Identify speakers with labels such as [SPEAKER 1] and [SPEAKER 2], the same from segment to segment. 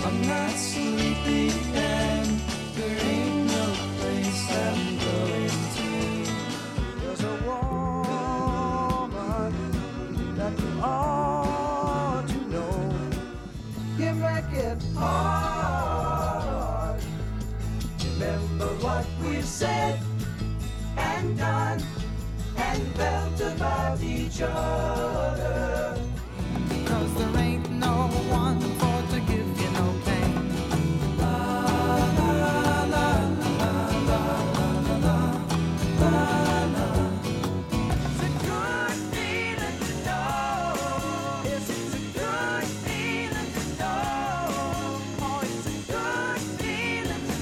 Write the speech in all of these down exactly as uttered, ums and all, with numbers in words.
[SPEAKER 1] I'm not sleepy and there ain't no place I'm going to. There's a woman that you ought to know. You make it hard. Remember what we've said and done and felt about each other. 'Cause there ain't no one for to give you no pain. La la la la la la la la. It's a good feeling to know. Yes, it's a good feeling to know. Oh, it's a good feeling to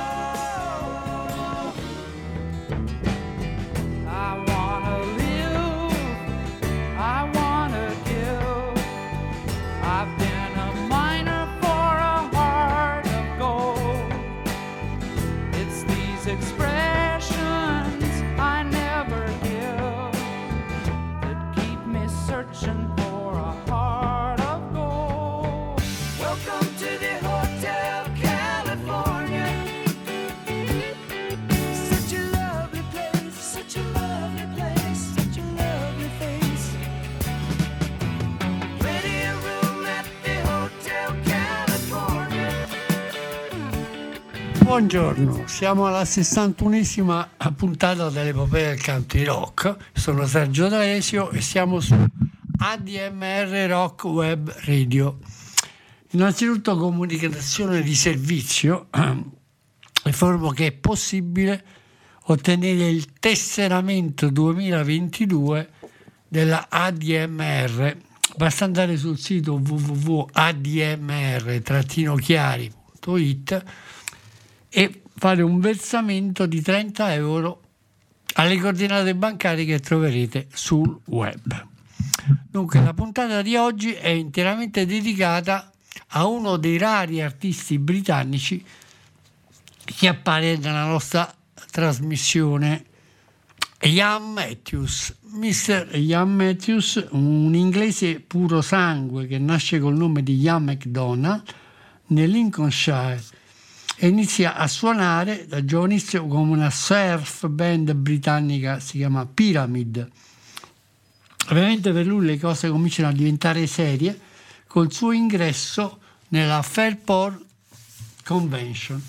[SPEAKER 1] know. I wanna live, I wanna give. I've been a miner for a heart of gold. It's these expressions I never give that keep me searching for a heart of gold. Welcome to the Hotel California. Such a lovely place, such a lovely place, such a lovely face. Ready a room at the Hotel California.
[SPEAKER 2] Buongiorno, siamo alla sessantunesima puntata dell'Epopea del Country Rock. Sono Sergio D'Alesio e siamo su A D M R Rock Web Radio. Innanzitutto comunicazione di servizio. Informo che è possibile ottenere il tesseramento duemilaventidue della A D M R. Basta andare sul sito w w w punto a d m r chiari punto i t e fare un versamento di trenta euro alle coordinate bancarie che troverete sul web. Dunque, la puntata di oggi è interamente dedicata a uno dei rari artisti britannici che appare nella nostra trasmissione, Ian Matthews. mister Ian Matthews, un inglese puro sangue che nasce col nome di Ian MacDonald nel Lincolnshire e inizia a suonare da giovanissimo come una surf band britannica, si chiama Pyramid. Ovviamente per lui le cose cominciano a diventare serie col suo ingresso nella Fairport Convention.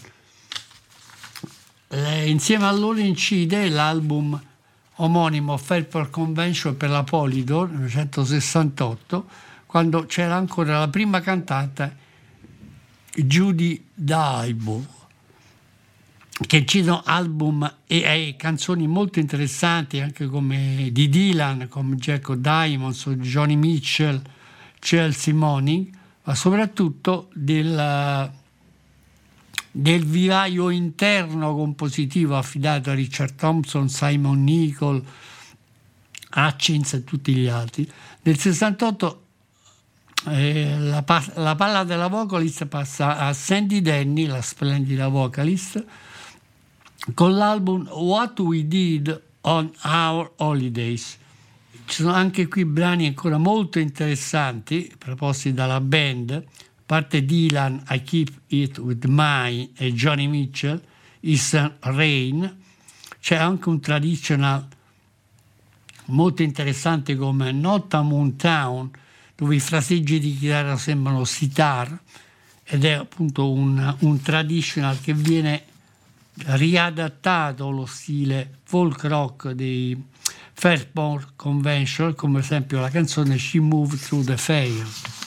[SPEAKER 2] Eh, insieme a loro incide l'album omonimo Fairport Convention per la Polydor nel millenovecentosessantotto, quando c'era ancora la prima cantante Judy Daibo, che citano album e, e canzoni molto interessanti anche come di Dylan, come Jack Diamonds o Johnny Mitchell, Chelsea Morning, ma soprattutto del, del vivaio interno compositivo affidato a Richard Thompson, Simon Nicol, Hutchins e tutti gli altri. Nel sessantotto eh, la, la palla della vocalist passa a Sandy Denny, la splendida vocalist, con l'album What We Did on Our Holidays. Ci sono anche qui brani ancora molto interessanti proposti dalla band, a parte Dylan, I Keep It With Mine e Johnny Mitchell, Eastern Rain. C'è anche un traditional molto interessante come Not a Moon Town, dove i fraseggi di chitarra sembrano sitar, ed è appunto un, un traditional che viene riadattato allo stile folk rock dei Fairport Convention, come per esempio la canzone She Moved Through the Fair.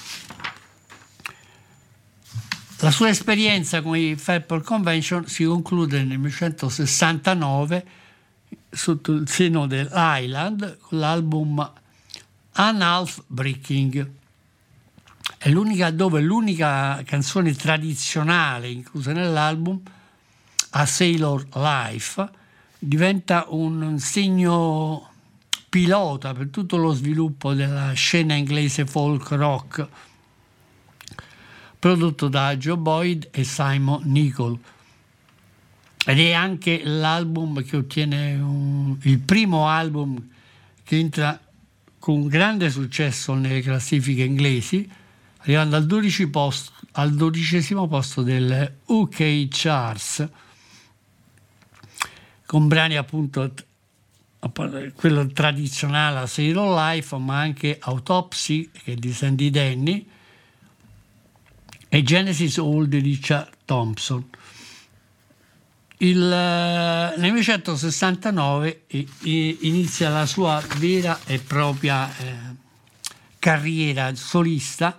[SPEAKER 2] La sua esperienza con i Fairport Convention si conclude nel millenovecentosessantanove sotto il seno dell'Highland con l'album An Half Breaking. È l'unica dove l'unica canzone tradizionale inclusa nell'album, A Sailor Life, diventa un segno pilota per tutto lo sviluppo della scena inglese folk rock prodotto da Joe Boyd e Simon Nicol, ed è anche l'album che ottiene un, il primo album che entra con grande successo nelle classifiche inglesi, arrivando al, dodici posto, al dodicesimo posto del U K Charts, con brani appunto quello tradizionale Sail of Life, ma anche Autopsy, che è di Sandy Denny, e Genesis Old di Richard Thompson. Il, nel millenovecentosessantanove inizia la sua vera e propria eh, carriera solista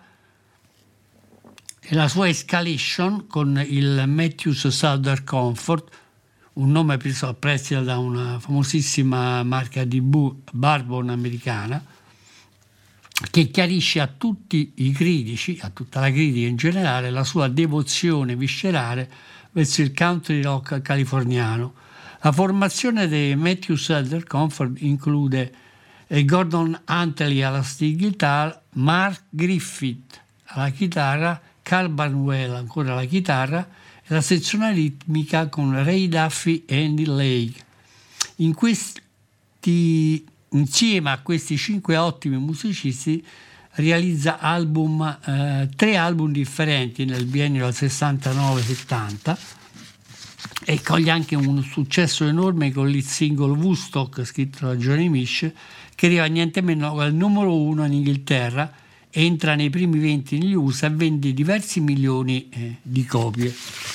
[SPEAKER 2] e la sua escalation con il Matthews Southern Comfort, un nome preso a prestito da una famosissima marca di bu- bourbon americana, che chiarisce a tutti i critici, a tutta la critica in generale, la sua devozione viscerale verso il country rock californiano. La formazione dei Matthews Southern Comfort include Gordon Huntley alla steel guitar, Mark Griffith alla chitarra, Carl Barnwell ancora alla chitarra e la sezione ritmica con Ray Duffy e Andy Lake. In questi, insieme a questi cinque ottimi musicisti realizza album, eh, tre album differenti nel biennio sessantanove settanta e coglie anche un successo enorme con il singolo Woodstock scritto da Johnny Misch, che arriva niente meno al numero uno in Inghilterra, entra nei primi venti negli U S A e vende diversi milioni eh, di copie.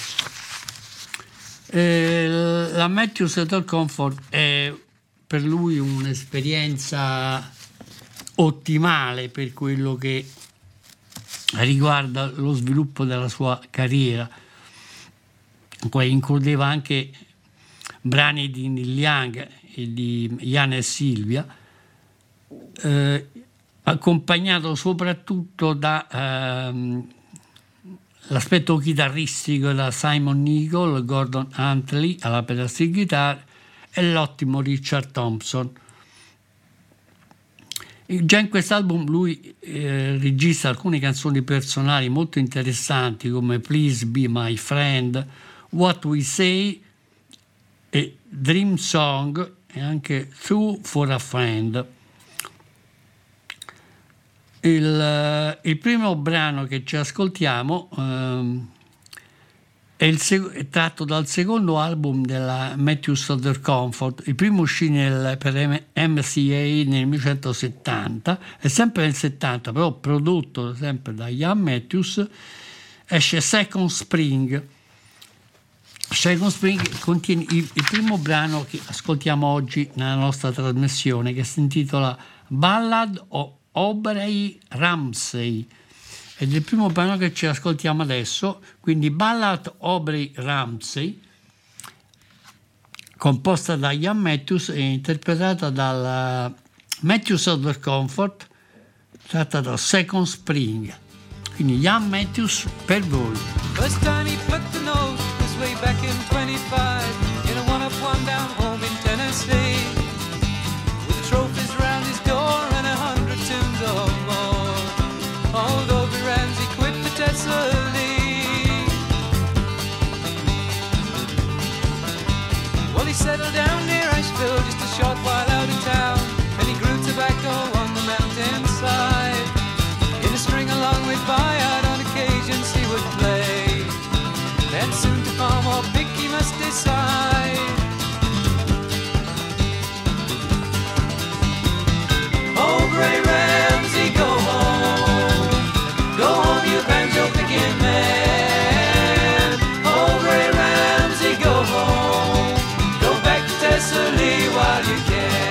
[SPEAKER 2] Eh, la Matthews Southern Comfort è per lui un'esperienza ottimale per quello che riguarda lo sviluppo della sua carriera. Poi includeva anche brani di Neil Young e di Ian e Silvia, eh, accompagnato soprattutto da ehm, l'aspetto chitarristico da Simon Nicol, Gordon Huntley alla pedal guitar e l'ottimo Richard Thompson. Già in quest'album lui eh, registra alcune canzoni personali molto interessanti come Please Be My Friend, What We Say e Dream Song e anche Through for a Friend. Il, il primo brano che ci ascoltiamo ehm, è, il sec- è tratto dal secondo album della Matthews Southern Comfort. Il primo uscì nel, per M C A nel millenovecentosettanta, è sempre nel settanta, però prodotto sempre da Ian Matthews. Esce Second Spring. Second Spring contiene il, il primo brano che ascoltiamo oggi nella nostra trasmissione, che si intitola Ballad of Aubrey Ramsey, ed è il primo brano che ci ascoltiamo adesso, quindi Ballad Aubrey Ramsey, composta da Ian Matthews e interpretata dal Matthews Southern Comfort, tratta da Second Spring. Quindi Ian Matthews per voi.
[SPEAKER 1] First time he put the note was way back in twenty-five in a one up one down home in Tennessee, with trophies round his door and a hundred tunes or more. Although Ramsey quit for Tessa Lee, well, he settled down near Asheville just a short while out of town, and he grew tobacco on the mountainside. In the spring along with Bayard on occasions he would play, then soon to farm or pick he must decide. Oh, Ray Ramsey, go home, go home, you banjo picking man. Oh, Ray Ramsey, go home, go back to Tessa Lee while you can.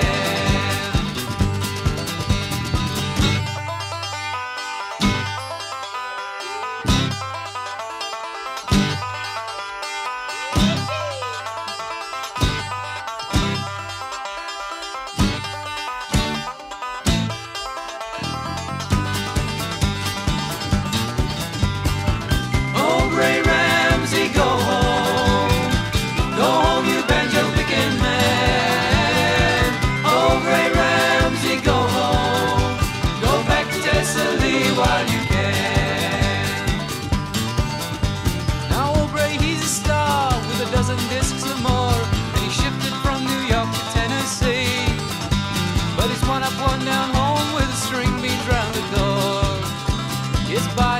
[SPEAKER 1] One down home with a string beat round the door. His body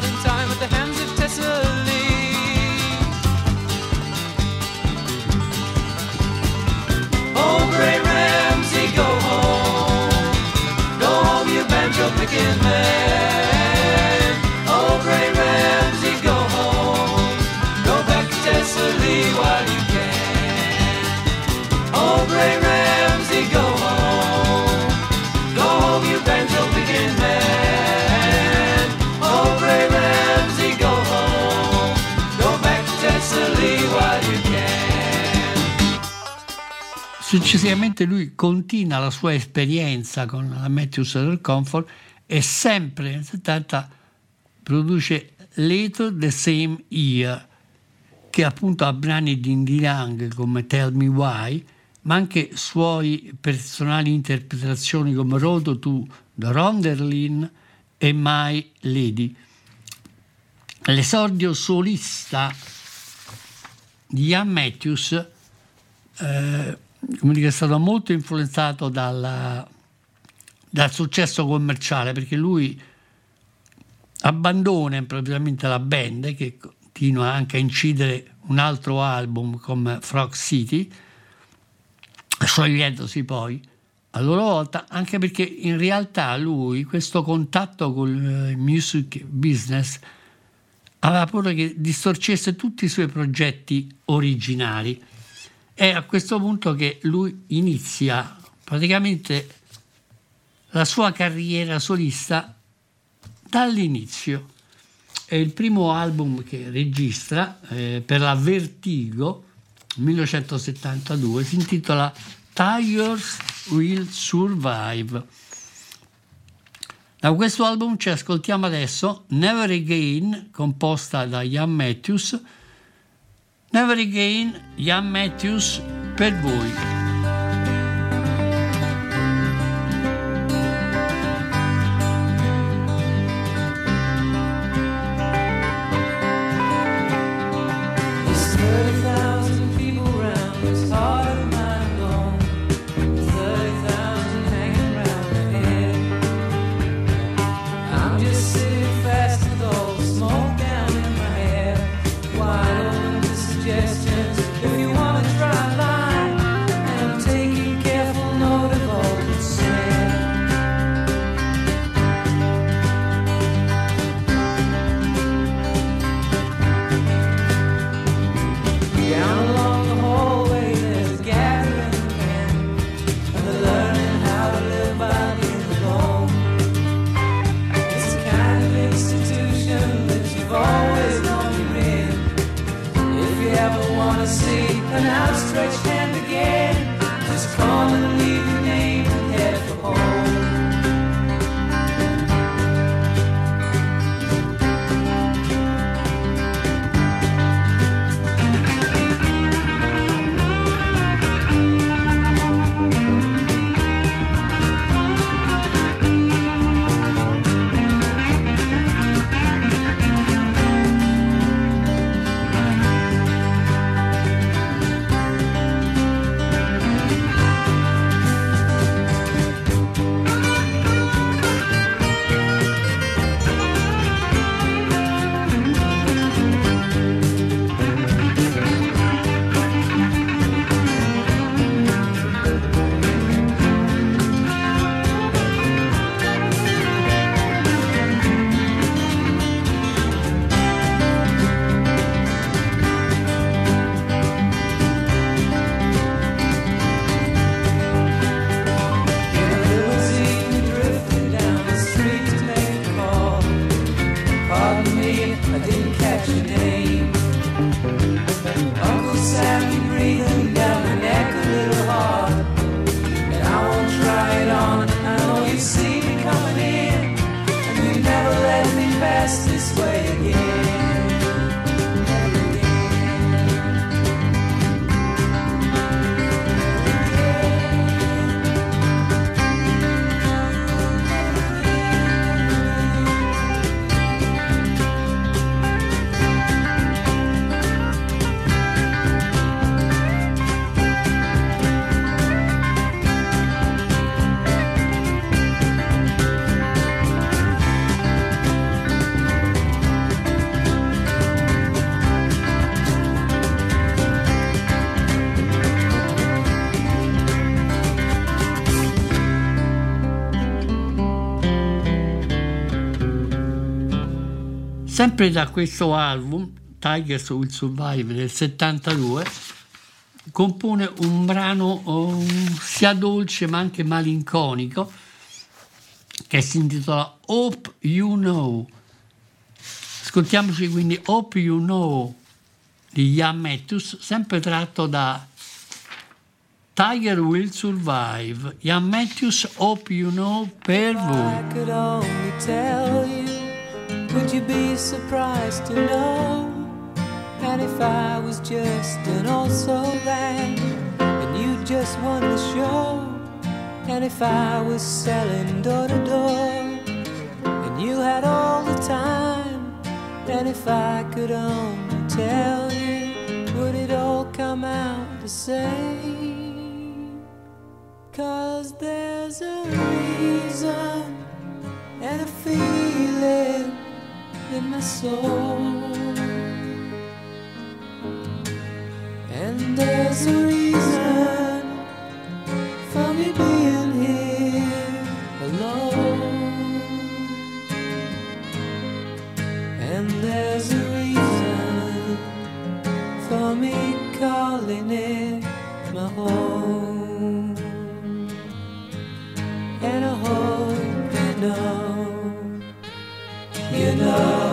[SPEAKER 2] Successivamente lui continua la sua esperienza con la Matthews del Comfort e sempre nel settanta produce Later the Same Year, che appunto ha brani di Indie Young come Tell Me Why, ma anche suoi personali interpretazioni come Road to the Ronderlin e My Lady. L'esordio solista di Ian Matthews eh, come dire, è stato molto influenzato dal, dal successo commerciale, perché lui abbandona improvvisamente la band, che continua anche a incidere un altro album come Frog City, sciogliendosi poi a loro volta, anche perché in realtà lui questo contatto col music business aveva paura che distorcesse tutti i suoi progetti originali. È a questo punto che lui inizia praticamente la sua carriera solista dall'inizio. È il primo album che registra eh, per la Vertigo, millenovecentosettantadue, si intitola Tigers Will Survive. Da questo album ci ascoltiamo adesso Never Again, composta da Ian Matthews. Never Again, Ian Matthews, per voi.
[SPEAKER 1] If you wanna try line, and I'm taking careful note of all that's said. Down along the hallway there's a gathering of men, and they're learning how to live by being alone. It's the kind of institution that you've always known you're in. If you ever wanna see an outstretched hand again, just call and leave your name and head for home.
[SPEAKER 2] Sempre da questo album, Tigers Will Survive del settantadue, compone un brano um, sia dolce ma anche malinconico che si intitola Hope You Know. Ascoltiamoci quindi Hope You Know di Ian Matthews, sempre tratto da Tiger Will Survive. Ian Matthews, Hope You Know, per voi.
[SPEAKER 1] I could only tell you, would you be surprised to know? And if I was just an also ran, and you just won the show, and if I was selling door to door, and you had all the time, and if I could only tell you, would it all come out the same? 'Cause there's a reason and a feeling in my soul, and there's a reason for me being here alone, and there's a reason for me calling it my home, and I hope you know, you know.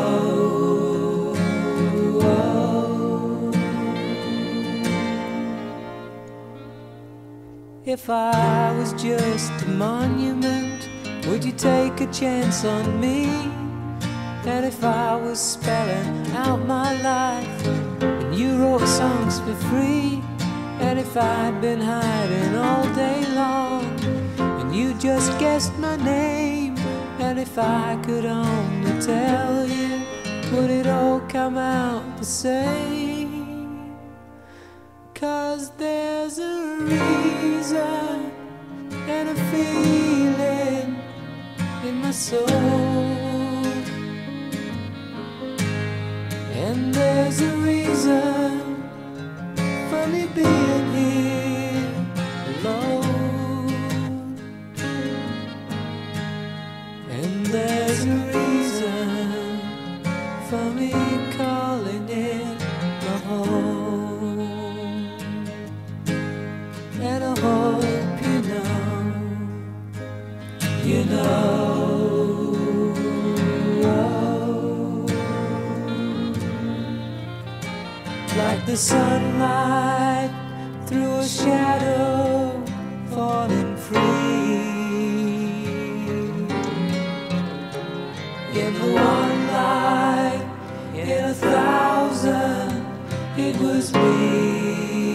[SPEAKER 1] If I was just a monument, would you take a chance on me? And if I was spelling out my life, and you wrote songs for free, and if I'd been hiding all day long, and you just guessed my name, and if I could only tell you, would it all come out the same? 'Cause there's a reason and a feeling in my soul, and there's a reason for me being here alone, and there's a reason for me calling it my home, and I hope you know, you know. Like the sunlight through a shadow falling free, in the one light in a thousand, it was me.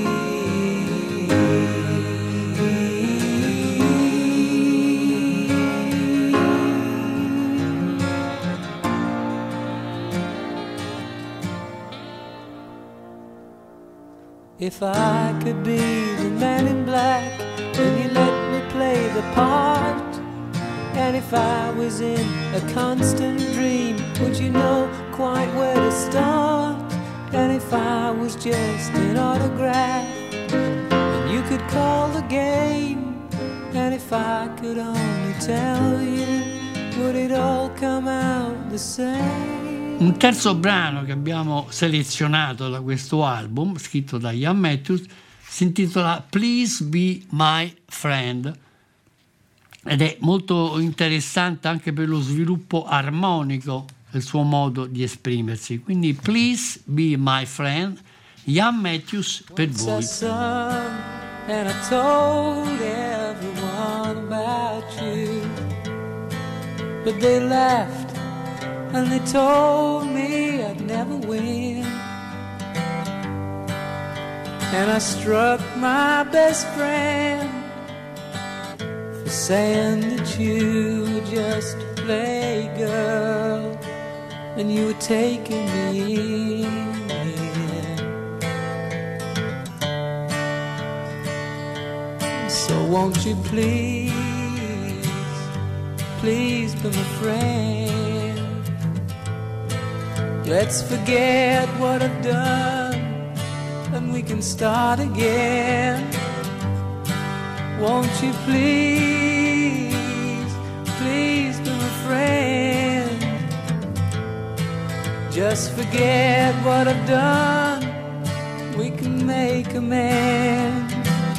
[SPEAKER 1] If I could be the man in black, then you let me play the part. And if I was in a constant dream, would you know quite where to start? And if I was just an autograph, then you could call the game. And if I could only tell you, would it all come out the same?
[SPEAKER 2] Un terzo brano che abbiamo selezionato da questo album, scritto da Ian Matthews, si intitola Please Be My Friend, ed è molto interessante anche per lo sviluppo armonico del suo modo di esprimersi. Quindi Please Be My Friend, Ian Matthews, per voi.
[SPEAKER 1] And I told everyone about you, but they laughed and they told me I'd never win. And I struck my best friend for saying that you were just a playgirl and you were taking me in. So won't you please, please be my friend. Let's forget what I've done and we can start again. Won't you please, please be my friend. Just forget what I've done, we can make amends.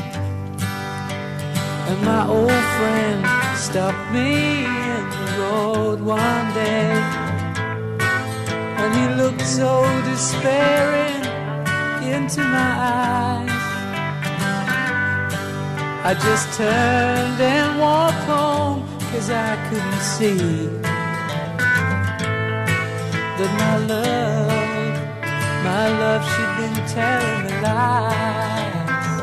[SPEAKER 1] And my old friend stopped me in the road one day, and he looked so despairing into my eyes. I just turned and walked home, 'cause I couldn't see that my love, my love, she'd been telling me lies.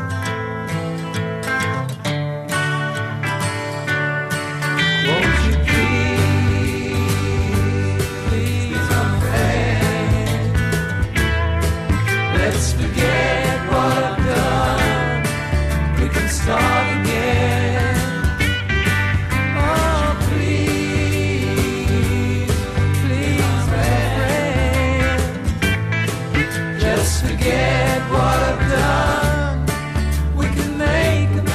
[SPEAKER 1] Won't you please, please, my friend, let's forget what I've done, we can start again. Oh, please, please, my friend, just forget what I've done, we can make amends.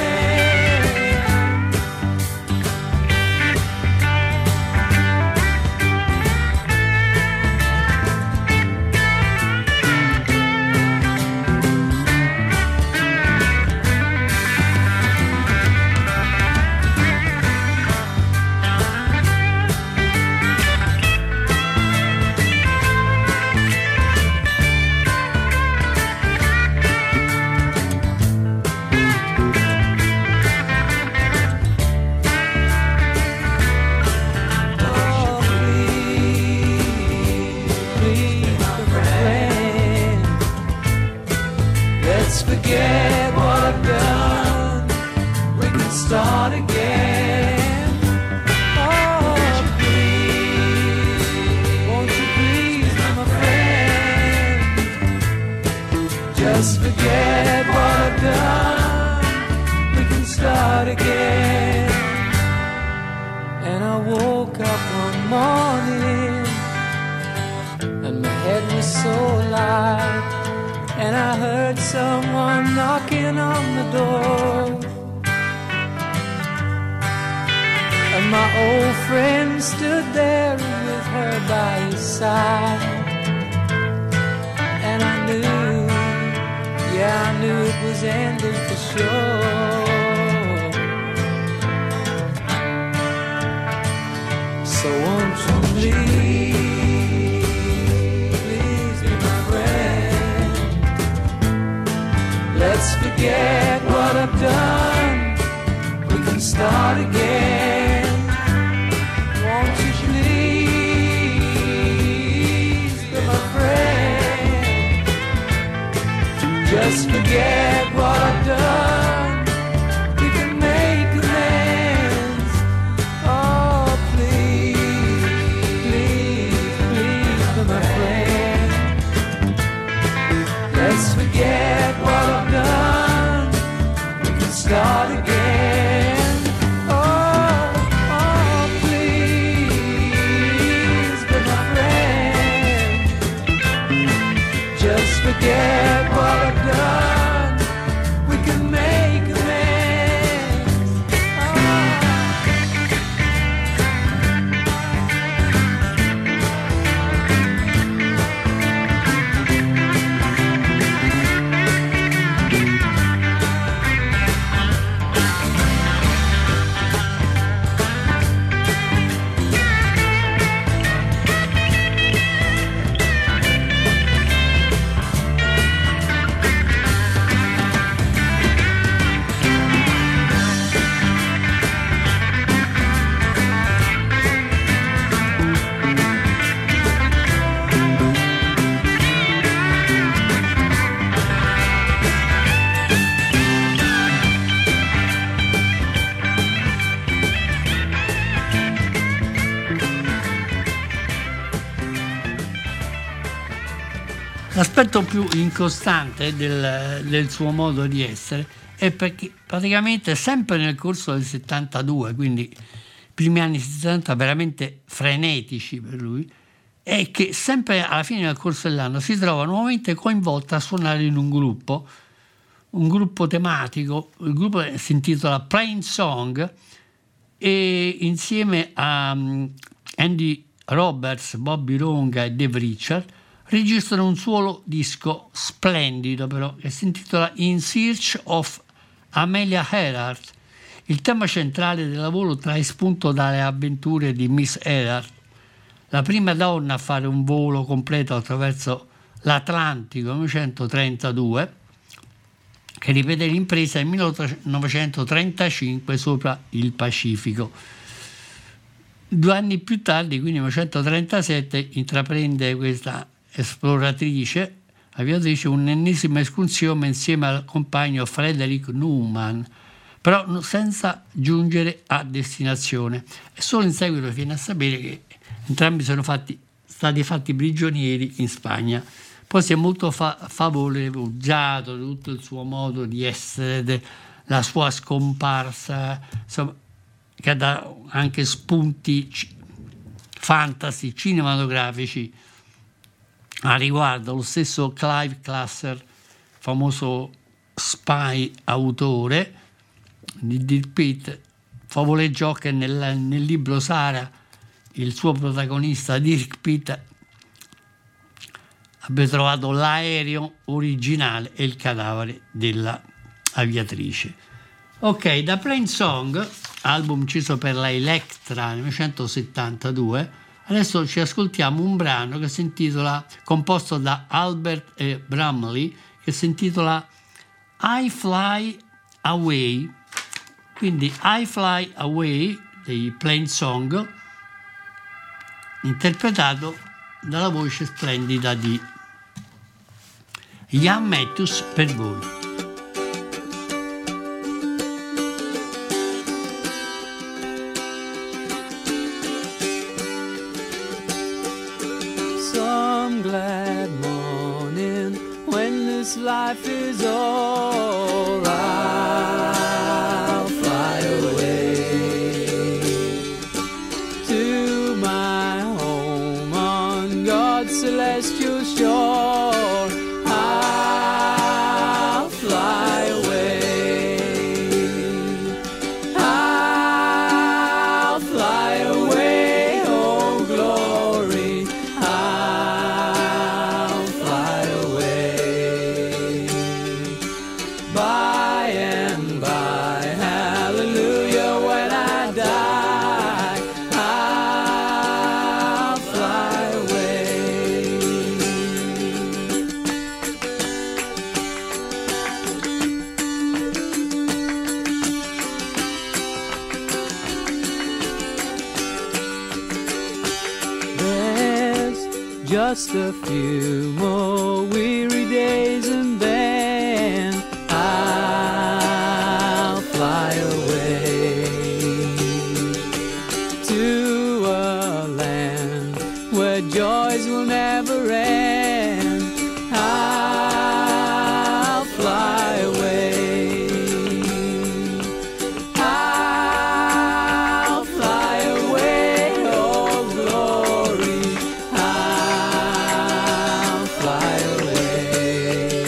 [SPEAKER 1] Forget what I've done, we can start again. Oh, please, won't you please be my friend, just forget what I've done, we can start again. And I woke up one morning and my head was so light, and I heard someone knocking on the door, and my old friend stood there with her by his side, and I knew, yeah, I knew it was ending for sure. So won't you please, please be my friend, let's forget what I've done, we can start again. Won't you please be my friend, just forget what I've done, we can make amends. Oh, please, please, please be my friend, let's forget what I've done, we can start again. Oh, oh, please be my friend, just forget what I've done, we can make amends. Oh.
[SPEAKER 2] L'aspetto più incostante del, del suo modo di essere è perché praticamente sempre nel corso del settantadue, quindi i primi anni settanta veramente frenetici per lui, è che sempre alla fine del corso dell'anno si trova nuovamente coinvolta a suonare in un gruppo, un gruppo tematico. Il gruppo si intitola Plain Song e insieme a um, Andy Roberts, Bobby Ronga e Dave Richard registrano un solo disco splendido però che si intitola In Search of Amelia Earhart. Il tema centrale del lavoro trae spunto dalle avventure di Miss Earhart, la prima donna a fare un volo completo attraverso l'Atlantico nel millenovecentotrentadue, che ripete l'impresa nel millenovecentotrentacinque sopra il Pacifico. Due anni più tardi, quindi nel millenovecentotrentasette, intraprende questa esploratrice, aviatrice, un'ennesima escursione insieme al compagno Frederick Newman, però senza giungere a destinazione. E solo in seguito viene a sapere che entrambi sono fatti, stati fatti prigionieri in Spagna. Poi si è molto fa- favoleggiato tutto il suo modo di essere, de- la sua scomparsa, insomma, che ha dato anche spunti c- fantasy, cinematografici a riguardo. Lo stesso Clive Classer, famoso spy autore di Dirk Pitt, favoleggiò che nel, nel libro Sara il suo protagonista Dirk Pitt abbia trovato l'aereo originale e il cadavere della aviatrice. Ok, da Plain Song, album inciso per la Elektra nel millenovecentosettantadue, adesso ci ascoltiamo un brano che si intitola, composto da Albert e Bramley, che si intitola I Fly Away. Quindi I Fly Away dei Plain Song, interpretato dalla voce splendida di Ian Matthews per voi.
[SPEAKER 1] Some glad morning when this life is all, I'll fly away to my home on God's celestial shore. I'll fly away. I'll fly away, oh glory. I'll fly away. By and by, hallelujah, when I die, I'll fly away. There's just a few more weary days and then I'll fly away to a land where joys will never end. I'll fly away. I'll fly away, oh glory. I'll fly away.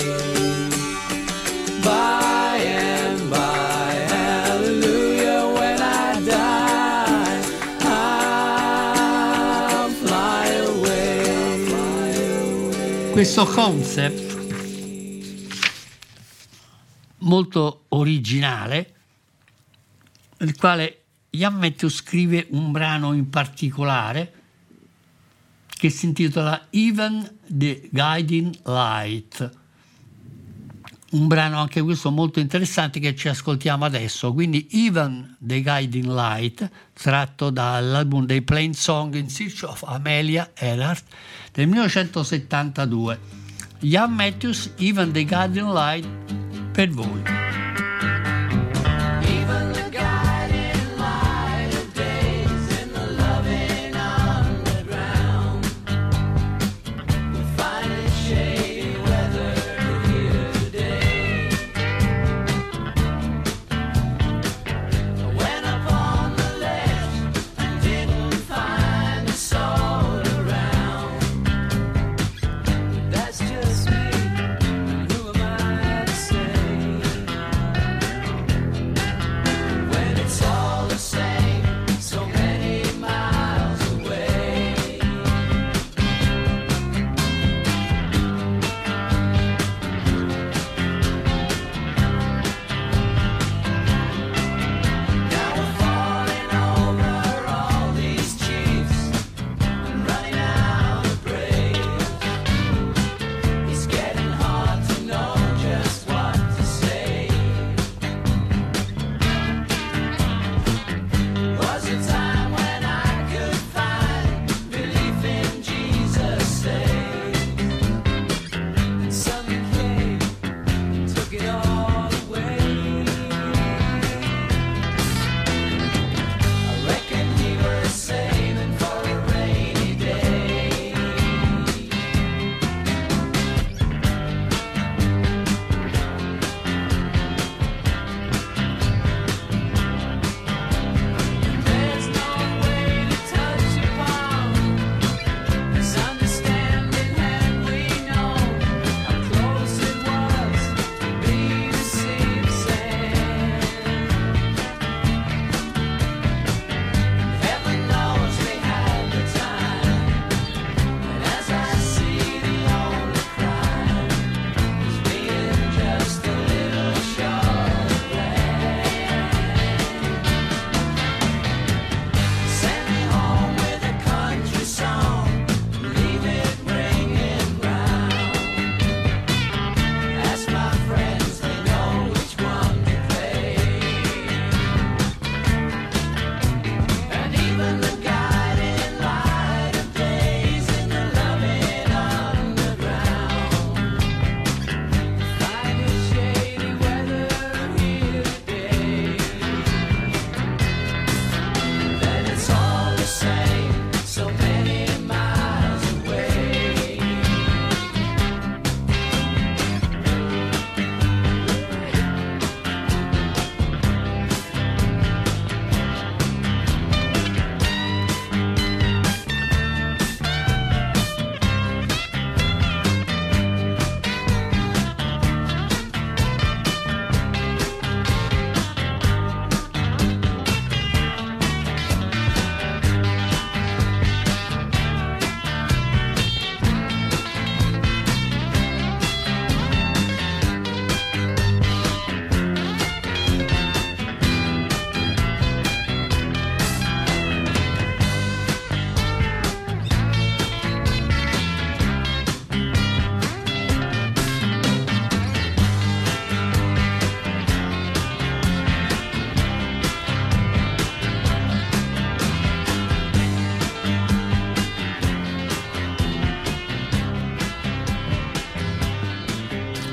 [SPEAKER 1] By and by, hallelujah, when I die, I'll fly away.
[SPEAKER 2] Questo concept molto originale, nel quale Ian Matthews scrive un brano in particolare che si intitola Even the Guiding Light, un brano anche questo molto interessante che ci ascoltiamo adesso. Quindi Even the Guiding Light, tratto dall'album dei Plain Song In Search of Amelia Earhart del millenovecentosettantadue. Ian Matthews, Even the Guiding Light per voi.
[SPEAKER 1] Even the guiding light of days in the loving underground will find its shady weather here today. I went up on the ledge and didn't find a soul around. That's just me. Who am I to say?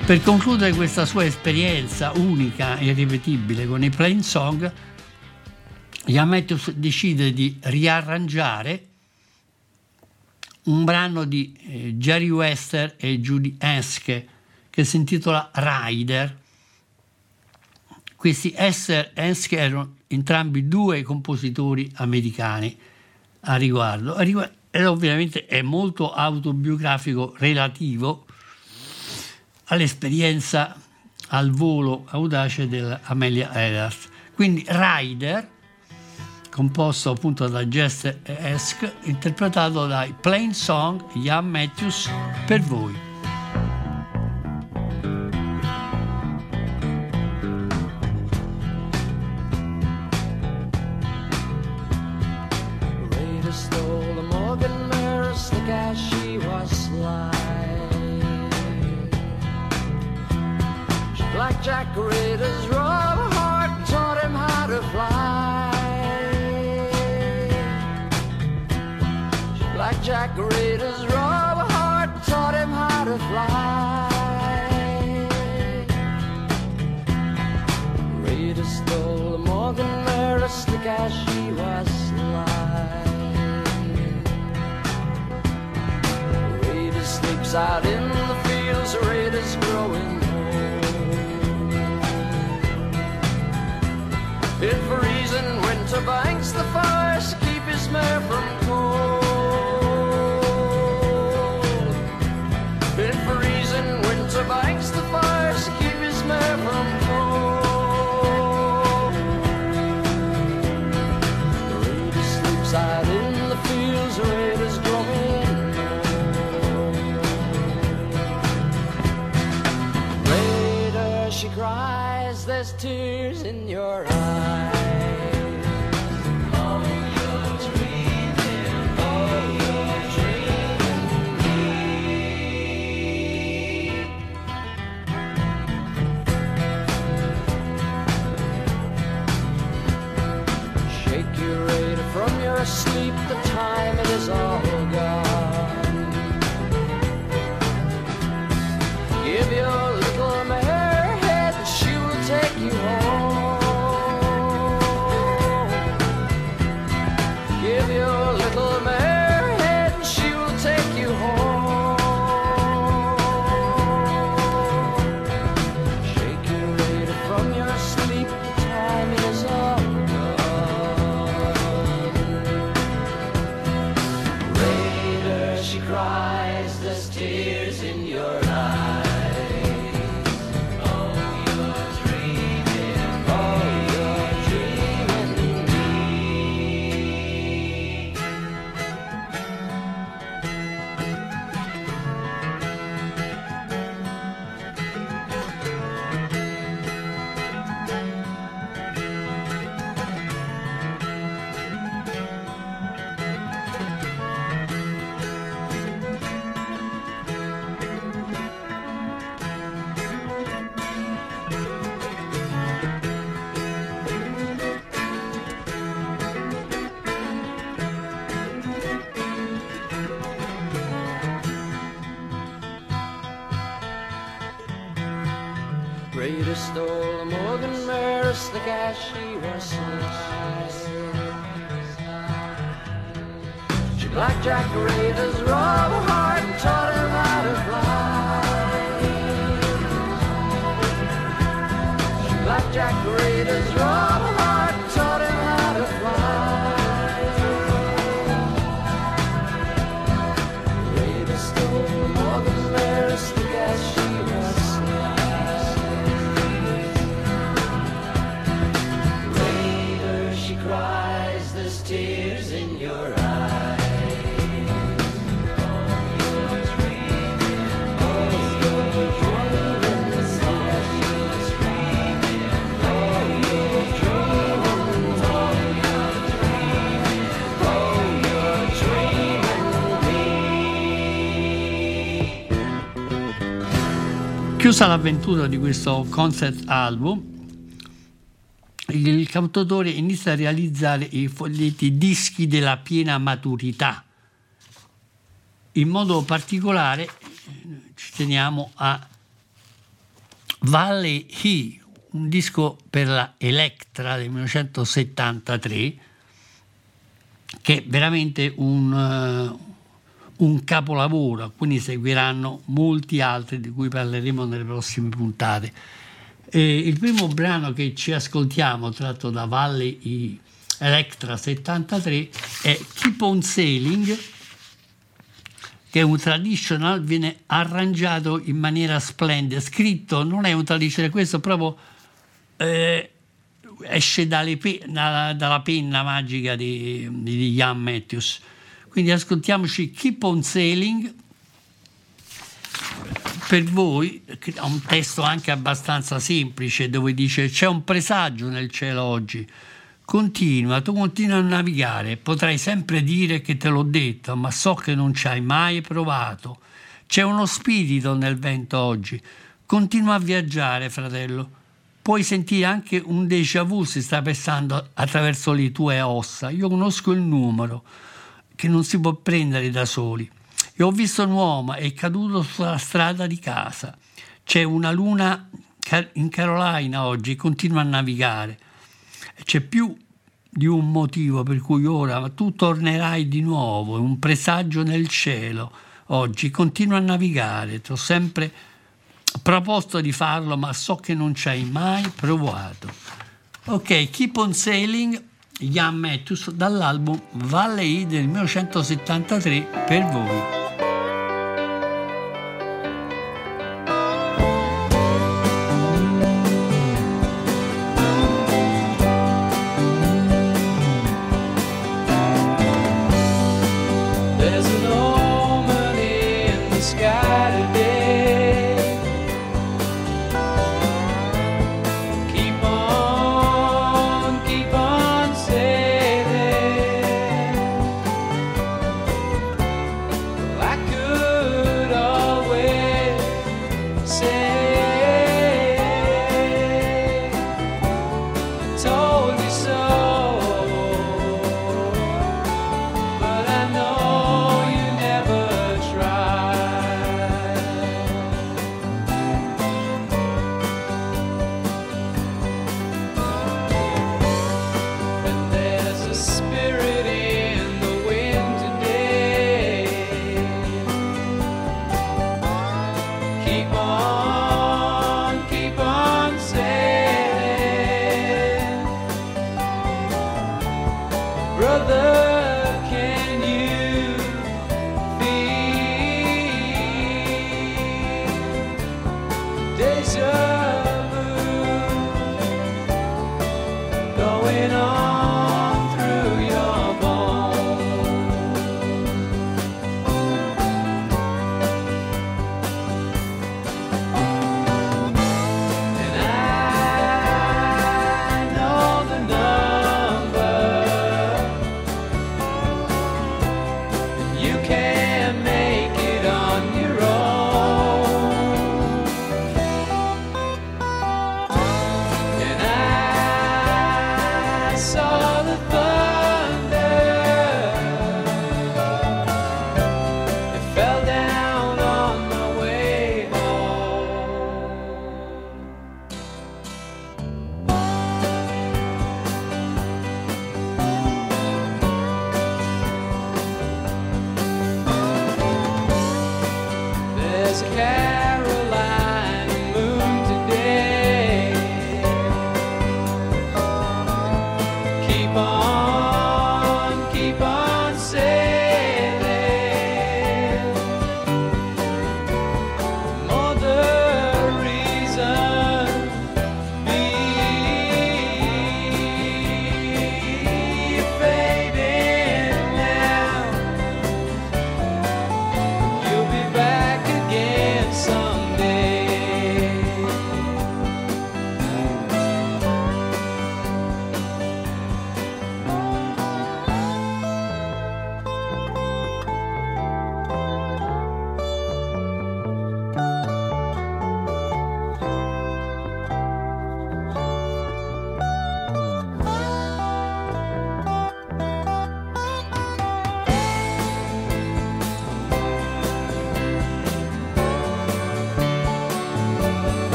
[SPEAKER 2] Per concludere questa sua esperienza unica e irripetibile con i Plain Song, Ian Matthews decide di riarrangiare un brano di eh, Jerry Wester e Judy Enske che si intitola Rider. Questi Esther e Enske erano entrambi due compositori americani a riguardo, e ovviamente è molto autobiografico relativo all'esperienza al volo audace dell'Amelia Earhart. Quindi Rider, composto appunto da Jester e Esk, interpretato dai Plain Song, Ian Matthews, per voi.
[SPEAKER 1] Raider stole the Morgan mirror, slick as she was sly. She blackjack Raider's rubber heart and taught him how to fly. Blackjack Raider's rubber heart taught him how to fly. Raider stole the Morgan mirror, slick as she was sly. Raider sleeps out in the fields, Raider's growing old. In freezing winter banks the forest keep his mare from cold. In freezing winter banks the fires keep his mare from cold. The Raider sleeps out in the fields, the Raider's growing old. Raider, she cries, there's tears in your eyes. Asleep, the time it is all gone. Give your little mare head and she will take you home. Give your little mare head and she will take you home. Shake your Raider from your sleep, the time it is all gone. Cries, there's tears in your eyes. Oh, you're dreaming, oh, you're dreaming me. Raider stole a Morgan mare, slick as she was sly. She blackjacked Raider's rubber heart and taught him how to fly. She blackjacked Raider's rubber heart and taught him how to fly. Raider stole a Morgan mare, slick as she was sly. She cries, there's tears in your eyes. Oh, you're dreaming, oh, you're dreaming, you're dreaming, oh, you're dreaming, oh, you're dreaming, oh, you're dreaming me.
[SPEAKER 2] Chiusa l'avventura di questo concept album, il cantautore inizia a realizzare i foglietti dischi della piena maturità. In modo particolare ci teniamo a Valley E, un disco per la Elektra del millenovecentosettantatré, che è veramente un, uh, un capolavoro, quindi seguiranno molti altri di cui parleremo nelle prossime puntate. E il primo brano che ci ascoltiamo, tratto da Valley E Elektra settantatré, è Keep on Sailing, che è un traditional, viene arrangiato in maniera splendida, scritto, non è un traditional, questo proprio eh, esce dalle pe- dalla, dalla penna magica di, di Ian Matthews. Quindi ascoltiamoci Keep on Sailing. Per voi ha un testo anche abbastanza semplice, dove dice: c'è un presagio nel cielo oggi, continua, tu continua a navigare, potrai sempre dire che te l'ho detto, ma so che non ci hai mai provato. C'è uno spirito nel vento oggi, continua a viaggiare, fratello. Puoi sentire anche un déjà vu si sta passando attraverso le tue ossa. Io conosco il numero che non si può prendere da soli. E ho visto un uomo, è caduto sulla strada di casa. C'è una luna in Carolina oggi, continua a navigare. C'è più di un motivo per cui ora tu tornerai di nuovo, è un presagio nel cielo oggi, continua a navigare, ti ho sempre proposto di farlo, ma so che non ci hai mai provato. Ok, Keep on Sailing, Ian Matthews, dall'album Valley del millenovecentosettantatré per voi.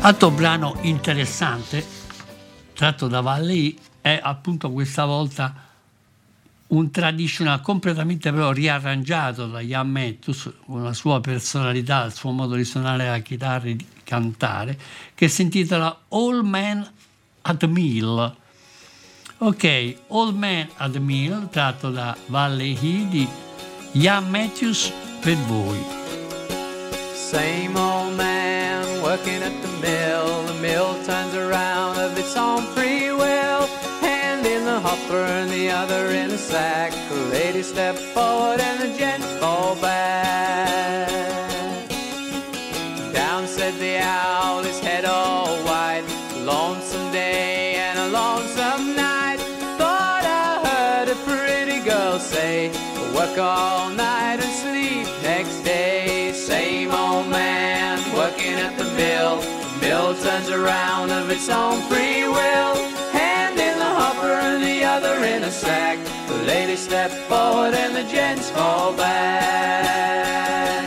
[SPEAKER 2] Altro brano interessante tratto da Valley è appunto questa volta un traditional completamente però riarrangiato da Ian Matthews con la sua personalità, il suo modo di suonare la chitarra e di cantare, che si intitola Old Man at the Mill. Ok, Old Man at the Mill tratto da Valley He di Ian Matthews per voi.
[SPEAKER 3] Same old man working at the mill. The mill turns around of its own free will. Hand in the hopper and the other in a sack. The lady step forward and the gent fall back. Down said the owl, his head all white. Lonesome day and a lonesome night. Thought I heard a pretty girl say, work all night and sleep next day. Same old man working at the mill. The mill turns around of its own free will. Hand in the hopper and the other in a sack. The lady step forward and the gents fall back.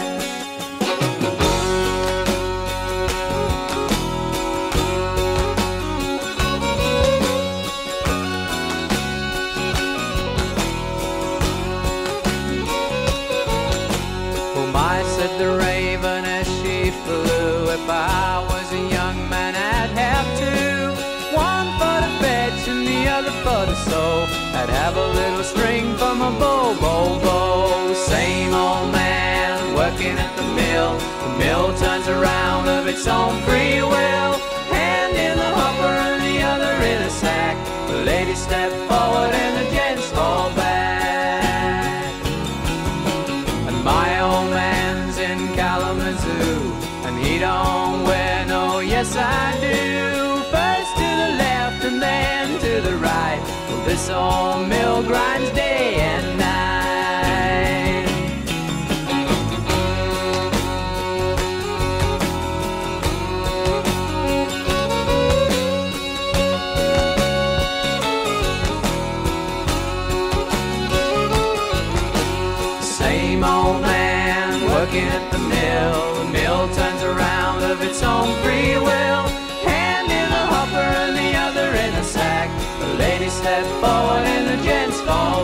[SPEAKER 3] Said the raven as she flew, if I was a young man I'd have two, one for the fetch and the other for the sew. I'd have a little string for my bow, bow, bow. Same old man working at the mill. The mill turns around of its own free will. Hand in the hopper and the other in a sack. The lady step forward and the gents fall back. And my old man Kalamazoo, and he don't wear no yes I do. First to the left and then to the right. Well, this old mill grinds day and night. Same old man working at the mill. The mill turns around of its own free will. Hand in the hopper and the other in a sack. The lady step forward and the gents fall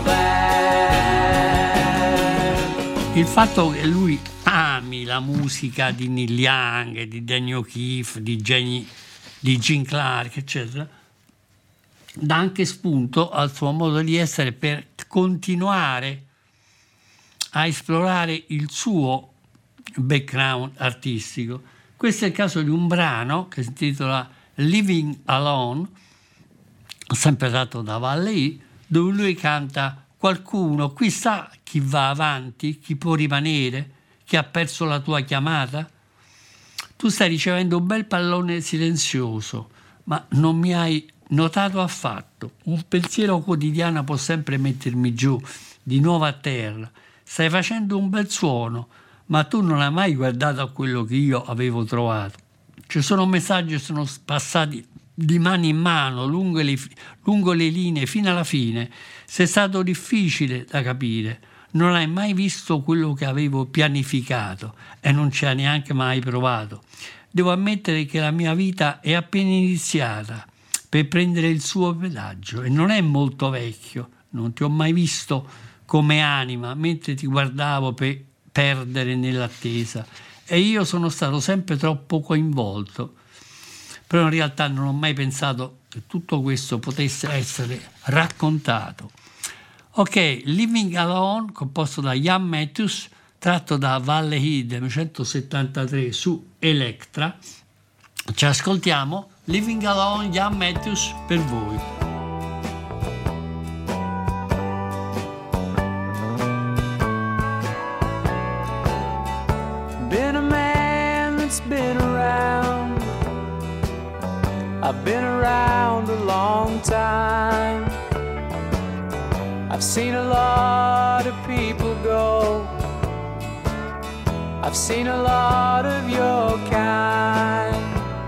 [SPEAKER 3] back.
[SPEAKER 2] Il fatto che lui ami la musica di Neil Young, di Danny O'Keefe, di Gene, di Gene Clark, eccetera, dà anche spunto al suo modo di essere per continuare a esplorare il suo background artistico. Questo è il caso di un brano che si intitola Living Alone, sempre tratto da Valley, dove lui canta: qualcuno qui sa chi va avanti, chi può rimanere, chi ha perso la tua chiamata? Tu stai ricevendo un bel pallone silenzioso, ma non mi hai notato affatto. Un pensiero quotidiano può sempre mettermi giù di nuovo a terra. Stai facendo un bel suono, ma tu non hai mai guardato a quello che io avevo trovato. Ci sono messaggi che sono passati di mano in mano, lungo le, lungo le linee, fino alla fine. Sei stato difficile da capire. Non hai mai visto quello che avevo pianificato e non ci hai neanche mai provato. Devo ammettere che la mia vita è appena iniziata per prendere il suo pedaggio e non è molto vecchio. Non ti ho mai visto come anima mentre ti guardavo per perdere nell'attesa e io sono stato sempre troppo coinvolto, però in realtà non ho mai pensato che tutto questo potesse essere raccontato. Ok, Living Alone, composto da Ian Matthews, tratto da Valley He del millenovecentosettantatré su Elektra. Ci ascoltiamo Living Alone, Ian Matthews per voi.
[SPEAKER 3] Been a man that's been around. I've been around a long time. I've seen a lot of people go. I've seen a lot of your kind.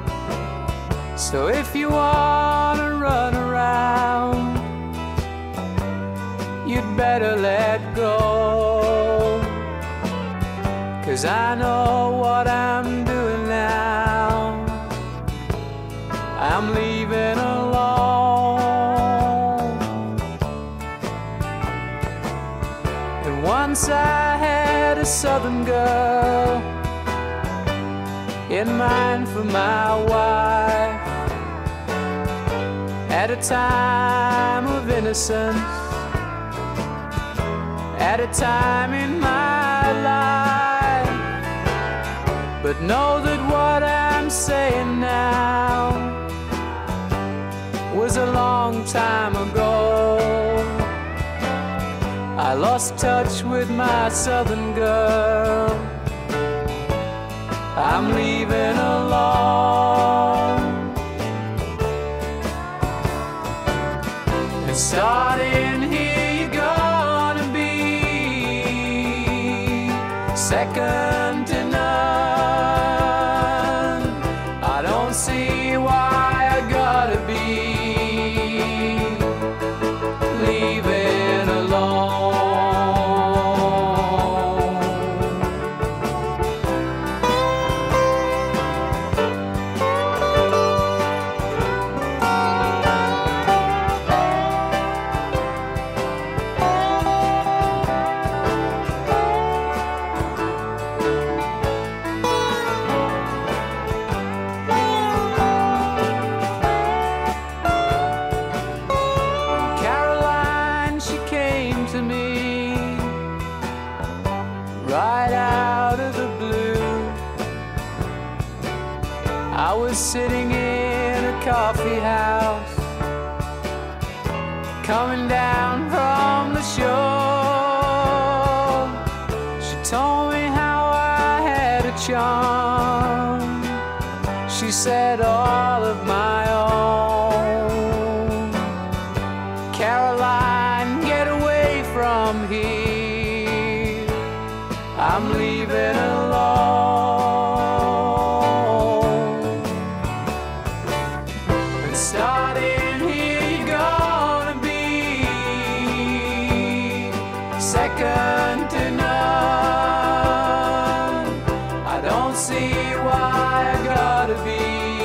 [SPEAKER 3] So if you wanna run around, you'd better let go. 'Cause I know what I'm doing now. I'm leaving alone. And once I had a southern girl in mind for my wife, at a time of innocence, at a time in my life. But know that what I'm saying now was a long time ago. I lost touch with my southern girl. I'm leaving alone. And starting here you're gonna be second to none. I don't see why I gotta be leaving alone. Sitting in a coffee house, coming down from the shore. She told me how I had a charm. She said all of my own. Caroline, get away from here. I'm leaving alone. Second to none. I don't see why I gotta be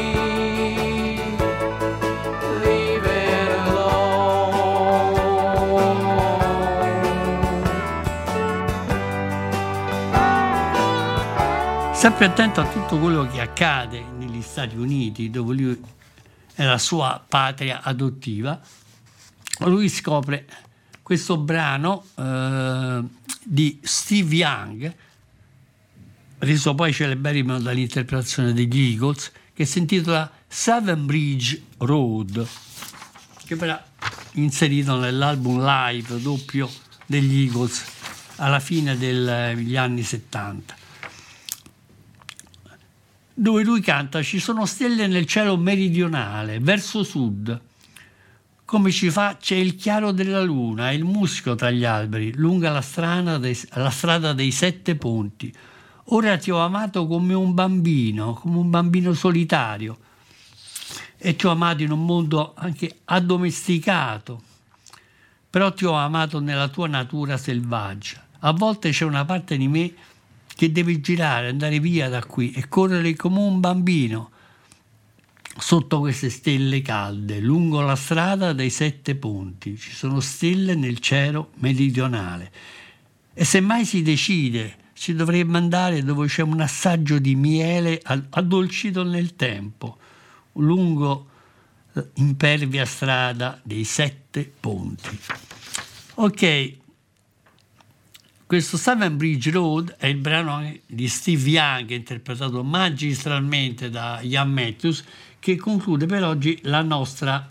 [SPEAKER 3] leaving alone.
[SPEAKER 2] Sempre attento a tutto quello che accade negli Stati Uniti, dove lui è la sua patria adottiva. Lui scopre questo brano eh, di Steve Young, reso poi celeberrimo dall'interpretazione degli Eagles, che si intitola Seven Bridge Road, che verrà inserito nell'album live doppio degli Eagles alla fine degli anni settanta, dove lui canta: ci sono stelle nel cielo meridionale, verso sud. Come ci fa c'è il chiaro della luna e il muschio tra gli alberi, lunga la strada, dei, la strada dei sette ponti. Ora ti ho amato come un bambino, come un bambino solitario, e ti ho amato in un mondo anche addomesticato, però ti ho amato nella tua natura selvaggia. A volte c'è una parte di me che deve girare, andare via da qui e correre come un bambino sotto queste stelle calde, lungo la strada dei sette ponti. Ci sono stelle nel cielo meridionale. E se mai si decide, ci dovrebbe andare dove c'è un assaggio di miele addolcito nel tempo, lungo l'impervia strada dei sette ponti. Ok, questo Seven Bridge Road è il brano di Steve Young, interpretato magistralmente da Ian Matthews, che conclude per oggi la nostra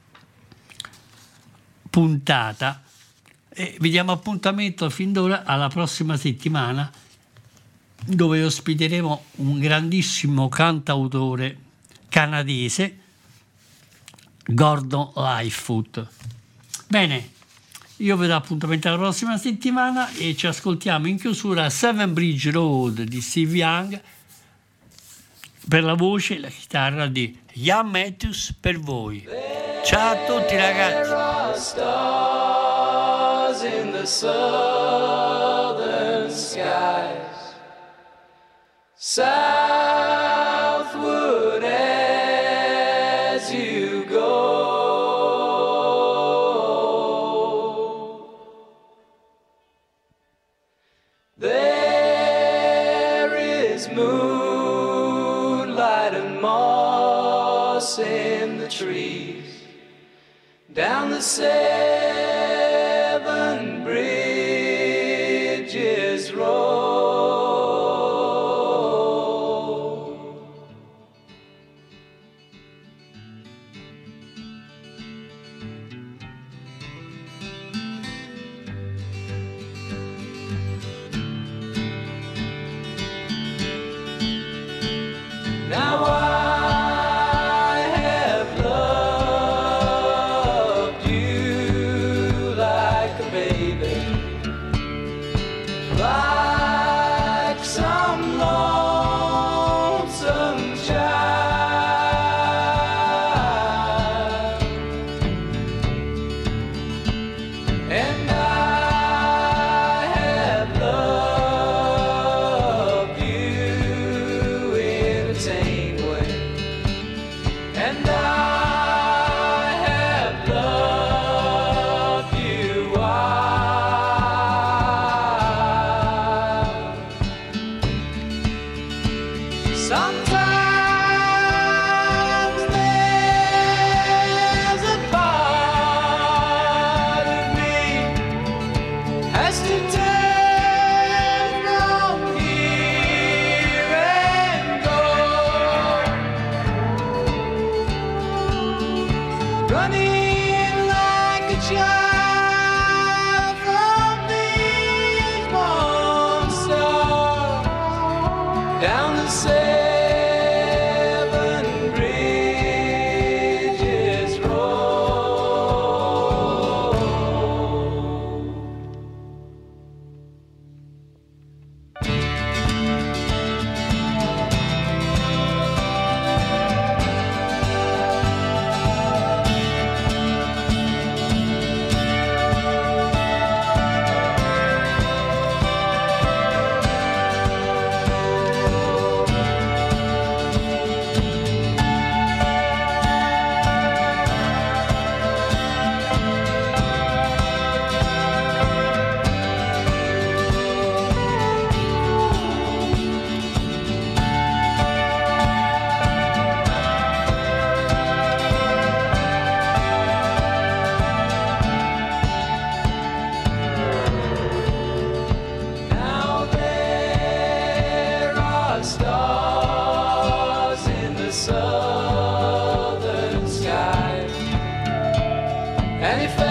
[SPEAKER 2] puntata. E vi diamo appuntamento fin d'ora alla prossima settimana, dove ospiteremo un grandissimo cantautore canadese, Gordon Lightfoot. Bene, io vi do appuntamento alla prossima settimana e ci ascoltiamo in chiusura Seven Bridge Road di Steve Young, per la voce e la chitarra di Ian Matthews per voi. Ciao a tutti ragazzi.
[SPEAKER 3] In the southern skies, southward as you trees down the Seven Bridges Road. Now I have loved you like a baby, like some lonesome child, and I have loved you in a tame way, and I have loved you wild. Sometimes there's a part of me has to turn from here and go, running like a child from these monsters down the Seven Bridges Road. Now there are stars in the southern sky, and if